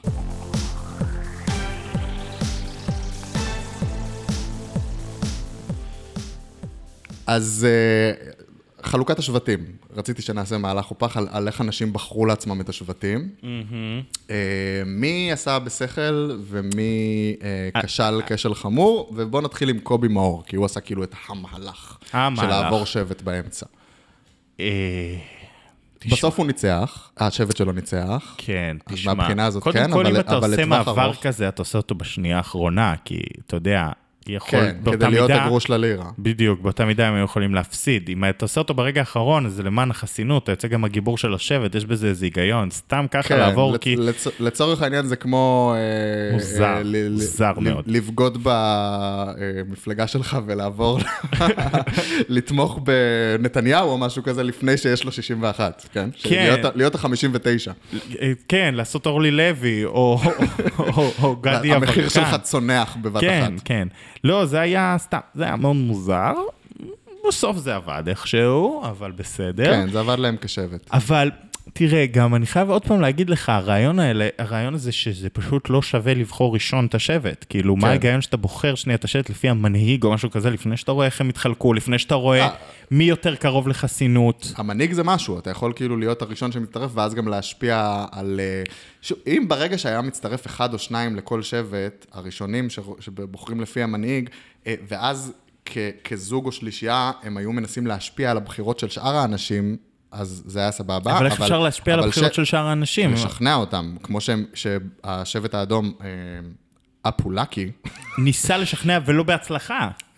אז uh, חלוקת השבטים, רציתי שנעשה מהלך או פח על, על איך אנשים בחרו לעצמם את השבטים. Mm-hmm. Uh, מי עשה בשכל ומי uh, כשל כשל חמור, ובואו נתחיל עם קובי מאור, כי הוא עשה כאילו את המהלך, המהלך. של לעבור שבט באמצע. Uh, בסוף הוא ניצח, השבט שלו ניצח. כן, תשמע. אז מהבחינה הזאת קודם כן, כל, אבל, אם אתה עושה מעבר ארוך. כזה, אתה עושה אותו בשנייה האחרונה, כי אתה יודע... יכול, כן, כדי להיות הגרוש ללירה. בדיוק, באותה מידה הם יכולים להפסיד. אם אתה עושה אותו ברגע האחרון, זה למען החסינות, אתה יוצא גם הגיבור של השבט, יש בזה איזה היגיון, סתם ככה כן, לעבור, לצ- כי... לצ- לצורך העניין זה כמו... מוזר, אה, ל- מוזר ל- מאוד. לבגוד במפלגה שלך ולעבור, לתמוך בנתניהו או משהו כזה לפני שיש לו שישים ואחת, כן? כן. להיות, להיות ה-חמישים ותשע. כן, לעשות אורלי לוי, או, או, או, או גדי יברקן. המחיר שלך צונח בבת כן, אחת. כן, כן. לא, זה היה סתם, זה היה מאוד מוזר. בסוף זה עבד איכשהו, אבל בסדר. כן, זה עבד להם כשבט. אבל תראה, גם אני חייב עוד פעם להגיד לך, הרעיון האלה, הרעיון הזה שזה פשוט לא שווה לבחור ראשון את השבט. כאילו, מה ההיגיון שאתה בוחר שנייה את השבט לפי המנהיג או משהו כזה, לפני שאתה רואה איך הם התחלקו, לפני שאתה רואה מי יותר קרוב לחסינות. המנהיג זה משהו, אתה יכול כאילו להיות הראשון שמצטרף, ואז גם להשפיע על... אם ברגע שהיה מצטרף אחד או שניים לכל שבט, הראשונים שבוחרים לפי המנהיג, ואז כזוג או שלישייה, הם היו מנסים להשפיע על הבחירות של שאר האנשים, אז זה היה סבבה. אבל איך אפשר להשפיע על הבחירות של שאר האנשים? לשכנע אותם, כמו שהשבט האדום, אפולקי, ניסה לשכנע ולא בהצלחה.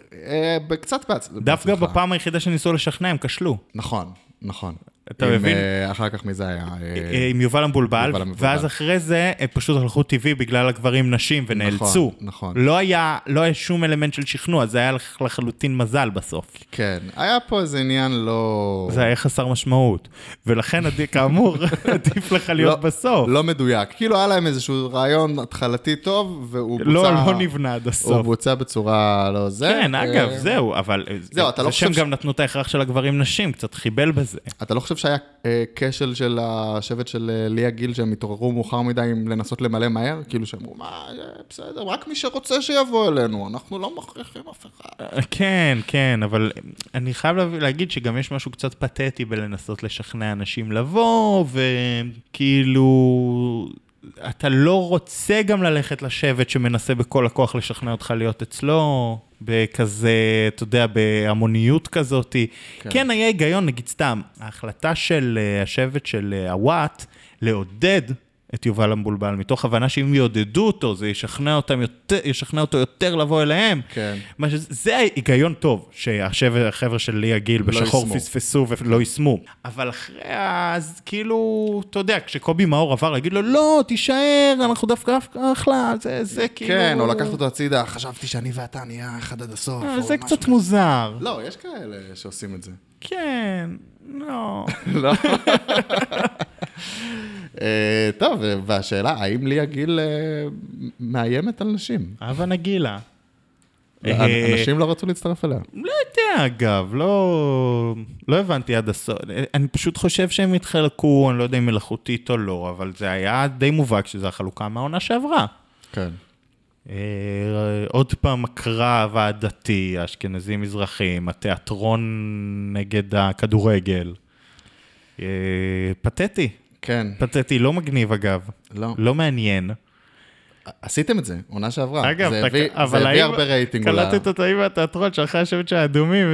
קצת בהצלחה. דווקא בפעם היחידה שניסו לשכנע, הם כשלו. נכון, נכון. אתה מבין? אחר כך מזה היה... עם יובל המבולבל, ואז אחרי זה הם פשוט הלכו טבעי בגלל הגברים נשים ונאלצו. נכון. לא היה שום אלמנט של שכנוע, זה היה לחלוטין מזל בסוף. כן, היה פה איזה עניין לא... זה היה חסר משמעות. ולכן, כאמור, עדיף לך להיות בסוף. לא מדויק. כאילו היה להם איזשהו רעיון התחלתי טוב, והוא בוצע... לא, לא נבנה עד הסוף. הוא בוצע בצורה לא זה. כן, אגב, זהו, אבל... זהו, אתה לא חושב... זה שהם גם נתנו את ההכרח של הגברים נשים, קצת חיבל בזה. אתה לא חושב שהיה כשל של השבט של ליה גיל, שהם התעוררו מאוחר מדי עם לנסות למלא מהר? כאילו שאמרו, מה, בסדר, רק מי שרוצה שיבוא אלינו, אנחנו לא מכריחים אף אחד. כן, כן, אבל אני חייב להגיד שגם יש משהו קצת פתטי בלנסות לשכנע אנשים לבוא, וכאילו... אתה לא רוצה גם ללכת לשבט שמנסה בכל הכוח לשכנע אותך להיות אצלו, בכזה, אתה יודע, בהמוניות כזאת. כן, כן היה היגיון, נגיד סתם, ההחלטה של השבט של הוואט, לעודד את יובל המבולבל, מתוך הבנה שאם יעודדו אותו, זה ישכנע אותם יותר, ישכנע אותו יותר לבוא אליהם. כן. זה היגיון טוב, שהחבר'ה של ליה גיל בשחור פספסו ולא יסמו. אבל אחרי אז, כאילו, אתה יודע, כשקובי מאור עבר להגיד לו, לא, תישאר, אנחנו דווקא אחלה, זה, זה כאילו... כן, או לקחת אותו הצידה, חשבתי שאני ואתה נהיה אחד עד הסוף. זה קצת מוזר. לא, יש כאלה שעושים את זה. כן, לא. לא. טוב, והשאלה, האם ליה גיל מאיימת על נשים? אהבה נגילה. אנשים לא רצו להצטרף אליה. לא יודע, אגב, לא הבנתי עד הסוף. אני פשוט חושב שהם התחלקו, אני לא יודע אם מלאכותית או לא, אבל זה היה די מובהק שזו החלוקה מהעונה שעברה. כן. עוד פעם הקרב העדתי, האשכנזים מזרחים, התיאטרון נגד הכדורגל. פתטי. כן. פתטי, לא מגניב אגב. לא. לא מעניין. עשיתם את זה, עונה שעברה. אגב, זה הביא, זה הביא הרבה רייטינג. קלטת את האי והתיאטרון שלך השבט של האדומים.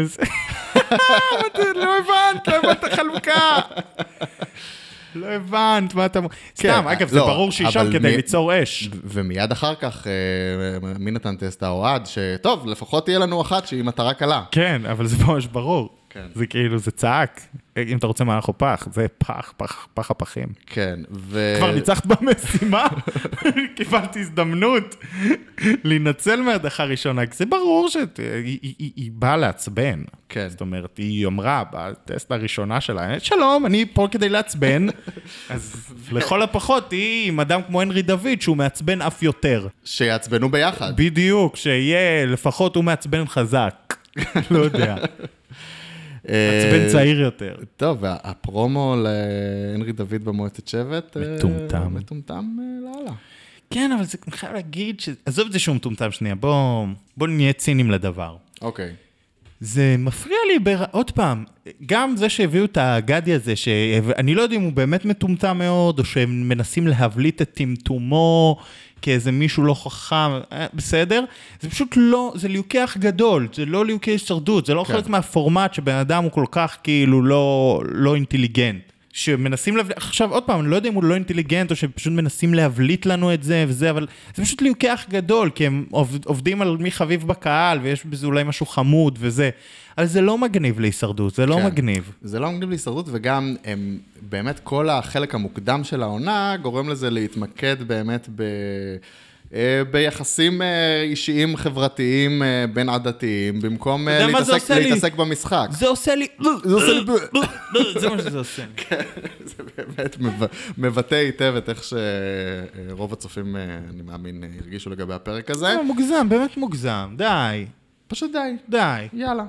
לא הבנת, לא הבנת החלוקה. לא הבנת, מה אתה... סתם, אגב, זה ברור שהיא שם כדי ליצור אש. ומיד אחר כך, מי נתן טסט האוהד, שטוב, לפחות תהיה לנו אחת שהיא מטרה קלה. כן, אבל זה ממש ברור. זה כאילו, זה צעק. אם אתה רוצה מהלך או פח, זה פח, פח, פח הפחים. כן, ו... כבר ניצחת במשימה, קיבלתי הזדמנות להינצל מהדחה ראשונה, כי זה ברור שהיא באה לעצבן. כן. זאת אומרת, היא אמרה, בטסט הראשונה שלה, שלום, אני פה כדי לעצבן, אז לכל הפחות היא עם אדם כמו הנרי דוד, שהוא מעצבן אף יותר. שיעצבנו ביחד. בדיוק, שיהיה לפחות הוא מעצבן חזק. לא יודע. עצבן צעיר יותר. טוב, והפרומו להנרי דוד במועצת שבט... מטומטם. מטומטם לעלה. כן, אבל זה חייב להגיד ש... עזוב את זה שהוא מטומטם שנייה, בוא נהיה צינים לדבר. אוקיי. זה מפריע לי, עוד פעם, גם זה שהביאו את הגדי הזה, שאני לא יודע אם הוא באמת מטומטם מאוד, או שהם מנסים להבליט את טמטומו, כאיזה מישהו לא חכם, בסדר? זה פשוט לא, זה ליוקח גדול, זה לא ליוקי שרדות, זה לא חלק מהפורמט שבן אדם הוא כל כך כאילו לא, לא אינטליגנט. שמנסים להבליט, עכשיו עוד פעם, אני לא יודע אם הוא לא אינטליגנט, או שפשוט מנסים להבליט לנו את זה וזה, אבל זה פשוט ליוקח גדול, כי הם עובדים על מי חביב בקהל, ויש בזה אולי משהו חמוד וזה, אבל זה לא מגניב להישרדות, זה לא כן, מגניב. זה לא מגניב להישרדות, וגם הם, באמת כל החלק המוקדם של העונה, גורם לזה להתמקד באמת ב... ביחסים אישיים חברתיים בין עדתיים, במקום להתעסק, להתעסק במשחק. זה עושה לי... זה עושה לי... זה מה שזה עושה. כן, זה באמת מבטא היטב את איך שרוב הצופים, אני מאמין, הרגישו לגבי הפרק הזה. מוגזם, באמת מוגזם, די. פשוט די. די. יאללה.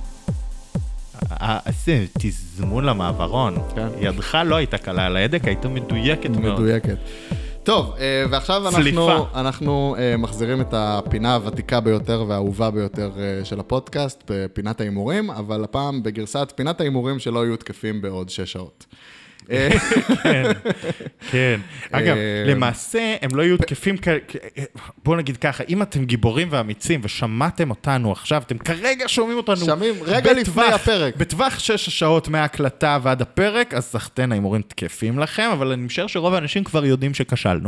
זה תזמון למעברון. ידך לא הייתה קלה על הידק, הייתה מדויקת מאוד. מדויקת. טוב, ועכשיו אנחנו, אנחנו מחזירים את הפינה הוותיקה ביותר והאהובה ביותר של הפודקאסט, בפינת האימורים, אבל הפעם בגרסת פינת האימורים שלא יהיו תקפים בעוד שש שעות. כן, כן. אגב, למעשה הם לא יהיו תקפים, בואו נגיד ככה, אם אתם גיבורים ואמיצים ושמעתם אותנו עכשיו, אתם כרגע שומעים אותנו, שומעים רגע לפני הפרק. בטווח שש שעות מההקלטה ועד הפרק, אז סחטן האימורים תקפים לכם, אבל אני משער שרוב האנשים כבר יודעים שכשלנו.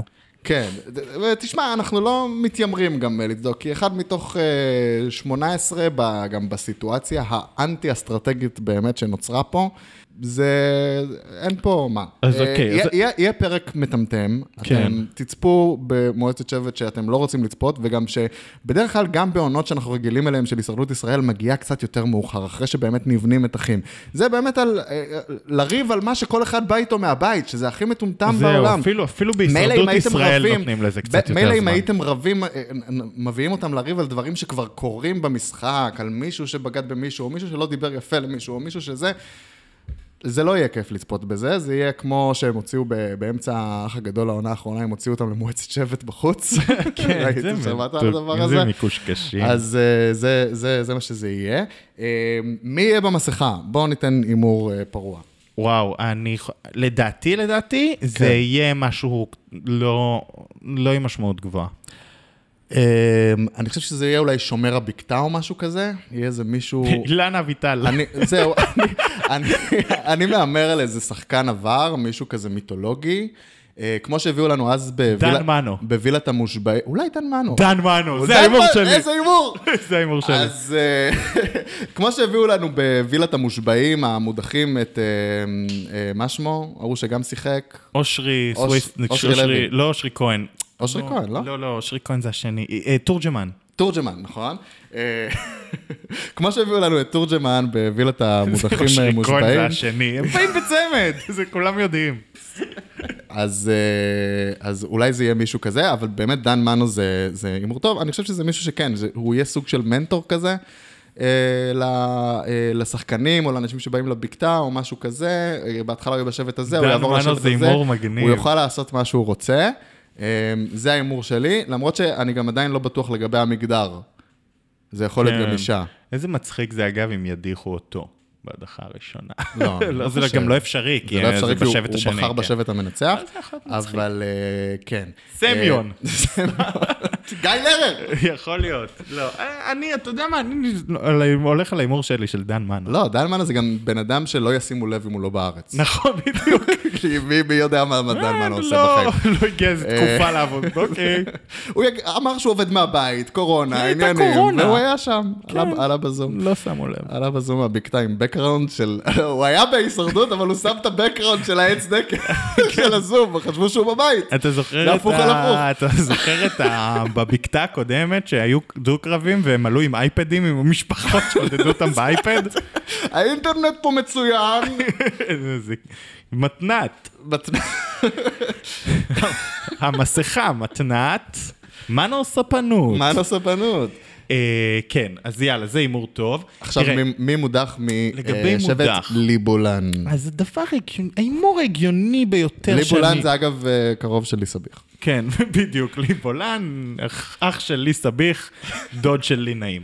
כן, ותשמע, אנחנו לא מתיימרים גם לבדוק, כי אחד מתוך שמונה עשרה, גם בסיטואציה האנטי-אסטרטגית באמת שנוצרה פה, זה, אין פה מה. אז אוקיי. יהיה, אז... יהיה, יהיה פרק מטמטם, כן. אתם תצפו במועצת שבט שאתם לא רוצים לצפות, וגם שבדרך כלל גם בעונות שאנחנו רגילים אליהם של הישרדות ישראל, מגיעה קצת יותר מאוחר, אחרי שבאמת נבנים מתחים. זה באמת על, לריב על מה שכל אחד בא איתו מהבית, שזה הכי מטומטם זהו, בעולם. אפילו, אפילו בהישרדות ישראל רבים, נותנים לזה קצת יותר זמן. מילא אם הייתם רבים, מביאים אותם לריב על דברים שכבר קורים במשחק, על מישהו שבגד במישהו, או מישהו שלא דיבר יפה למישהו, או מישהו שזה... זה לא יהיה כיף לצפות בזה, זה יהיה כמו שהם הוציאו באמצע האח הגדול העונה האחרונה, הם הוציאו אותם למועצת שבט בחוץ. כן, זה מקושקשים. אז זה מה שזה יהיה. מי יהיה במסכה? בואו ניתן אימור פרוע. וואו, אני, לדעתי, לדעתי, זה יהיה משהו לא עם משמעות גבוהה. אני חושב שזה יהיה אולי שומר הבקתה או משהו כזה, יהיה איזה מישהו... אילנה אביטל. זהו, אני מאמר על איזה שחקן עבר, מישהו כזה מיתולוגי, כמו שהביאו לנו אז בווילת המושבעים, אולי דן מנו. דן מנו, זה האימור שלי. איזה אימור. זה האימור שלי. אז כמו שהביאו לנו בווילת המושבעים, המודחים את, מה שמו? הראו שגם שיחק. אושרי, אושרי לוי. לא אושרי כהן. אושרי כהן, לא? לא, לא, אושרי כהן זה השני. תורג'מן. תורג'מן, נכון. כמו שהביאו לנו את תורג'מן בווילת המודחים מושבעים. אושרי כהן זה השני. הם באים בצמד, זה כולם יודעים. אז אולי זה יהיה מישהו כזה, אבל באמת דן מנו זה אימור טוב. אני חושב שזה מישהו שכן, הוא יהיה סוג של מנטור כזה, לשחקנים או לאנשים שבאים לבקתה או משהו כזה. בהתחלה הוא יהיה בשבט הזה, הוא יעבור לשבט הזה. הוא יוכל לעשות מה שהוא רוצה. זה האימור שלי, למרות שאני גם עדיין לא בטוח לגבי המגדר. זה יכול להיות גם אישה. איזה מצחיק זה אגב אם ידיחו אותו בהדחה הראשונה. לא, זה גם לא אפשרי, כי זה בשבט השני. הוא בחר בשבט המנצח, אבל כן. סמיון. גיא לרר. יכול להיות. לא, אני, אתה יודע מה, אני הולך על האימור שלי של דן מנו. לא, דן מנו זה גם בן אדם שלא ישימו לב אם הוא לא בארץ. נכון, בדיוק. כי מי יודע מה דן מנו עושה בחיים. לא הגיע איזו תקופה לעבוד, אוקיי. הוא אמר שהוא עובד מהבית, קורונה, עניינים, והוא היה שם, עלה בזום. לא שמו לב. עלה בזום הבקתה עם בקראונד של, הוא היה בהישרדות, אבל הוא שם את הבקראונד של העץ דקל של הזום, וחשבו שהוא בבית. אתה זוכר את ה... אתה זוכר את ה... בבקתה הקודמת, שהיו דו-קרבים, והם עלו עם אייפדים, עם משפחות שעודדו אותם באייפד? האינטרנט פה מצוין. זה מתנת. מתנת. המסכה, מתנת. מנו ספנות. מנו ספנות. כן, אז יאללה, זה אימור טוב. עכשיו, מי מודח משבט ליבולן? אז הדבר, האימור ההגיוני ביותר שאני... ליבולן זה אגב קרוב של ליסביך. כן, בדיוק, ליבולן, אח של ליסביך, דוד של לי נעים.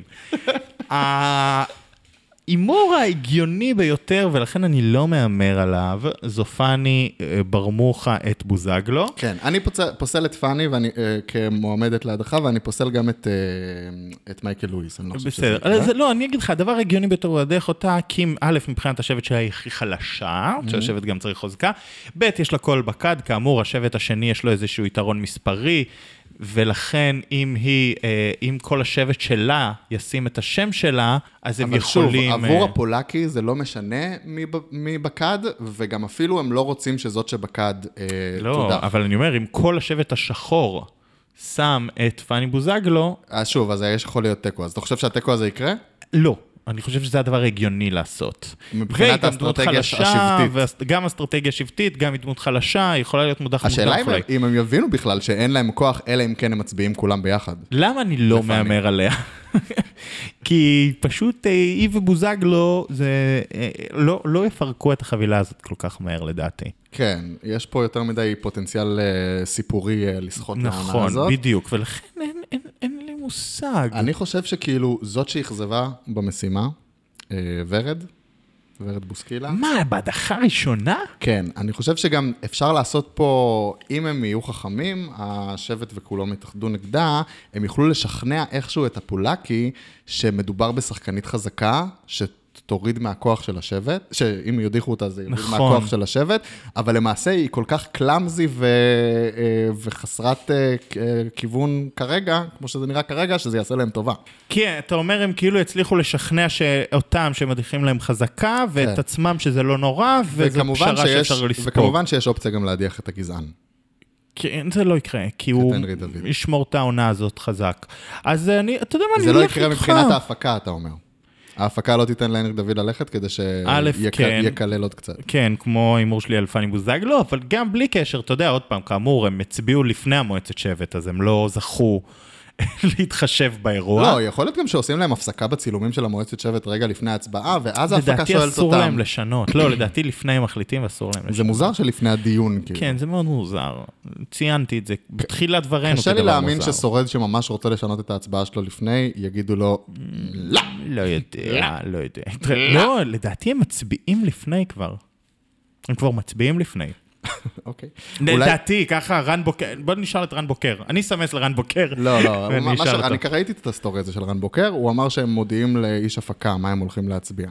האימור ההגיוני ביותר, ולכן אני לא מאמר עליו, זו פני ברמוחה את בוזגלו. כן, אני פוסל את פני ואני, כמועמדת להדחה, ואני פוסל גם את, את מייקל לואיס. אני לא חושב בסדר, שזה לא, אני אגיד לך, הדבר הגיוני ביותר הוא להדח אותה, כי א', מבחינת השבט שלה היא הכי חלשה, שהשבט גם צריך חוזקה, ב', יש לה קול בקד, כאמור, השבט השני יש לו איזשהו יתרון מספרי, ולכן אם היא, אם כל השבט שלה ישים את השם שלה, אז הם יכולים... אבל שוב, עבור הפולקי זה לא משנה מי בקד, וגם אפילו הם לא רוצים שזאת שבקד תודה. לא, אבל אני אומר, אם כל השבט השחור שם את פני בוזגלו... אז שוב, אז יש יכול להיות טקו. אז אתה חושב שהטקו הזה יקרה? לא. אני חושב שזה הדבר הגיוני לעשות. מבחינת האסטרטגיה השבטית. גם אסטרטגיה שבטית, גם דמות חלשה, יכולה להיות מודחת מודחת. השאלה אם הם יבינו בכלל שאין להם כוח, אלא אם כן הם מצביעים כולם ביחד. למה אני לא מאמר עליה? כי פשוט היא ובוזגלו, זה לא, לא יפרקו את החבילה הזאת כל כך מהר לדעתי. כן, יש פה יותר מדי פוטנציאל סיפורי לסחוט לעונה הזאת. נכון, בדיוק, ולכן אין, אין, אין לי מושג. אני חושב שכאילו זאת שהכזבה במשימה, ורד, ורד בוסקילה. מה, בהדחה ראשונה? כן, אני חושב שגם אפשר לעשות פה, אם הם יהיו חכמים, השבט וכולם יתאחדו נגדה, הם יוכלו לשכנע איכשהו את הפולקי, שמדובר בשחקנית חזקה, תוריד מהכוח של השבט, שאם יודיחו אותה זה יוריד נכון. מהכוח של השבט, אבל למעשה היא כל כך קלאמזי ו... וחסרת כיוון כרגע, כמו שזה נראה כרגע, שזה יעשה להם טובה. כן, אתה אומר, הם כאילו הצליחו לשכנע אותם שמדיחים להם חזקה, ואת עצמם שזה לא נורא, וזו פשרה שאפשר לספוק. וכמובן שיש אופציה גם להדיח את הגזען. כן, זה לא יקרה, כי הוא ישמור את העונה הזאת חזק. אז אני, אתה יודע מה, אני זה לא יקרה מבחינת ההפקה, אתה אומר. ההפקה לא תיתן להנריק דוד ללכת, כדי שיקלל עוד קצת. כן, כמו אימור שלי על פני בוזגלו, אבל גם בלי קשר, אתה יודע, עוד פעם, כאמור, הם הצביעו לפני המועצת שבט, אז הם לא זכו להתחשב באירוע. לא, יכול להיות גם שעושים להם הפסקה בצילומים של המועצת שבט רגע לפני ההצבעה, ואז ההפקה שואלת אותם. לדעתי אסור להם לשנות. לא, לדעתי לפני הם מחליטים ואסור להם לשנות. זה מוזר שלפני הדיון, כאילו. כן, זה מאוד מוזר. ציינתי את זה בתחילת דברנו. קשה לי להאמין ששורד שממש רוצה לשנות את ההצבעה שלו לפני, יגידו לו, לא. לא יודע, לא יודע. לא, לדעתי הם מצביעים לפני כבר. הם כבר מצביעים לפני. אוקיי. לדעתי, ככה, רן בוקר, בוא נשאל את רן בוקר. אני סמס לרן בוקר. לא, לא, אני ראיתי את הסטורי הזה של רן בוקר, הוא אמר שהם מודיעים לאיש הפקה מה הם הולכים להצביע.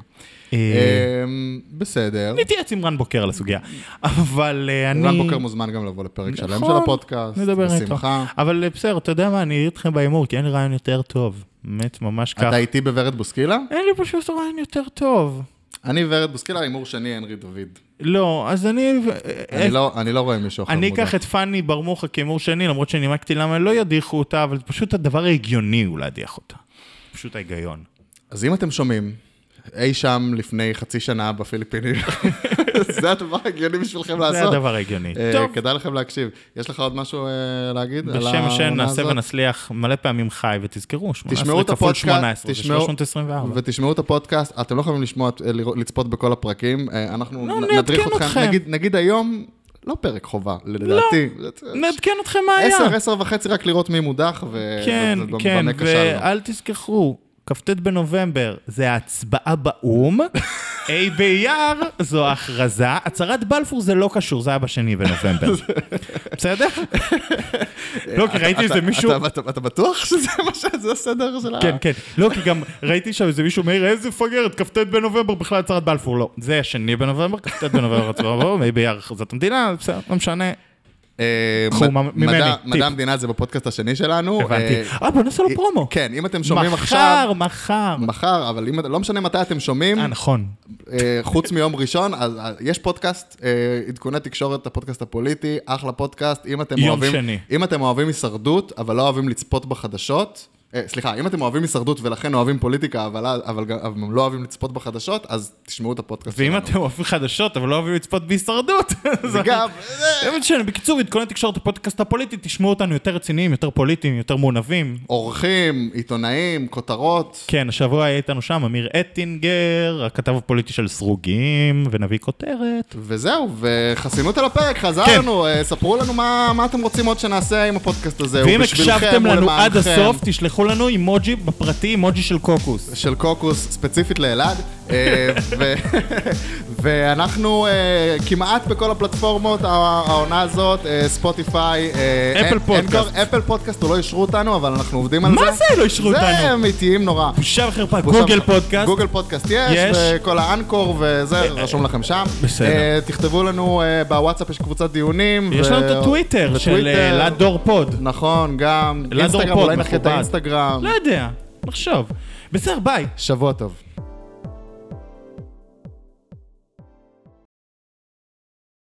בסדר. נתייעץ עם רן בוקר על הסוגיה. אבל אני... רן בוקר מוזמן גם לבוא לפרק שלם של הפודקאסט, בשמחה. אבל בסדר, אתה יודע מה, אני אראה אתכם באימור, כי אין לי רעיון יותר טוב. באמת, ממש כך. אתה איתי בוורד בוסקילה? אין לי פשוט רעיון יותר טוב. אני ורד בוסקילה, אימור שני, הנרי דוד. לא, אז אני... אני לא, אני לא רואה מישהו אחר מודע. אני אקח את פני ברמוחה כאימור שני, למרות שנימקתי למה לא ידיחו אותה, אבל זה פשוט הדבר ההגיוני הוא להדיח אותה. פשוט ההיגיון. אז אם אתם שומעים, אי שם לפני חצי שנה בפיליפינים, זה הדבר ההגיוני בשבילכם לעשות. זה הדבר ההגיוני. טוב. כדאי לכם להקשיב. יש לך עוד משהו להגיד? בשם השם נעשה ונצליח מלא פעמים חי, ותזכרו, תשמעו את הפודקאסט, שלוש מאות עשרים וארבע. ותשמעו את הפודקאסט, אתם לא יכולים לשמוע, לצפות בכל הפרקים, אנחנו נדריך אתכם, נגיד היום, לא פרק חובה, לדעתי. נעדכן אתכם מה היה. עשר, עשר וחצי רק לראות מי מודח, כן, כן, ואל תזכחו, כ"ט בנובמבר זה ההצבעה באום, אי באייר זו ההכרזה, הצהרת בלפור זה לא קשור, זה היה בשני בנובמבר. בסדר? לא, כי ראיתי איזה מישהו... אתה בטוח שזה מה שזה הסדר שלה? כן, כן. לא, כי גם ראיתי שם איזה מישהו מאיר, איזה פגרת, כ"ט בנובמבר בכלל הצהרת בלפור. לא, זה השני בנובמבר, כ"ט בנובמבר הצהרת בלפור, אי באייר הכרזת המדינה, בסדר, לא משנה. מדע המדינה זה בפודקאסט השני שלנו. הבנתי. אה, בוא נעשה לו פרומו. כן, אם אתם שומעים עכשיו... מחר, מחר. מחר, אבל לא משנה מתי אתם שומעים. אה, נכון. חוץ מיום ראשון, אז יש פודקאסט, עדכוני תקשורת, הפודקאסט הפוליטי, אחלה פודקאסט. יום שני. אם אתם אוהבים הישרדות, אבל לא אוהבים לצפות בחדשות, סליחה, אם אתם אוהבים הישרדות ולכן אוהבים פוליטיקה, אבל לא אוהבים לצפות בחדשות, אז תשמעו את הפודקאסט שלנו. ואם אתם אוהבים חדשות, אבל לא אוהבים לצפות בהישרדות, זה גם... בקיצור, עדכוני תקשורת הפודקאסט הפוליטי, תשמעו אותנו יותר רציניים, יותר פוליטיים, יותר מעונבים. אורחים, עיתונאים, כותרות. כן, השבוע היה איתנו שם, אמיר אטינגר, הכתב הפוליטי של סרוגים, ונביא כותרת. וזהו, וחסינות על הפרק, חזרנו, ספרו לנו מה אתם רוצים עוד שנעשה עם הפודקאסט הזה. ואם הקשבתם לנו עד הסוף, תשלחו לנו אימוג'י בפרטי, אימוג'י של קוקוס. של קוקוס, ספציפית לאלעד. ואנחנו כמעט בכל הפלטפורמות, העונה הזאת, ספוטיפיי, אפל פודקאסט. אפל פודקאסט, לא אישרו אותנו, אבל אנחנו עובדים על זה. מה זה לא אישרו אותנו? זה אמיתיים נורא. בושה וחרפה, גוגל פודקאסט. גוגל פודקאסט יש, וכל האנקור וזה, רשום לכם שם. בסדר. תכתבו לנו בוואטסאפ, יש קבוצת דיונים. יש לנו את הטוויטר של אלעד דור פוד. נכון, גם. אינסטגרם, אולי נחיה את האינסטגרם. לא יודע, נחשוב. בסדר, ביי. שבוע טוב.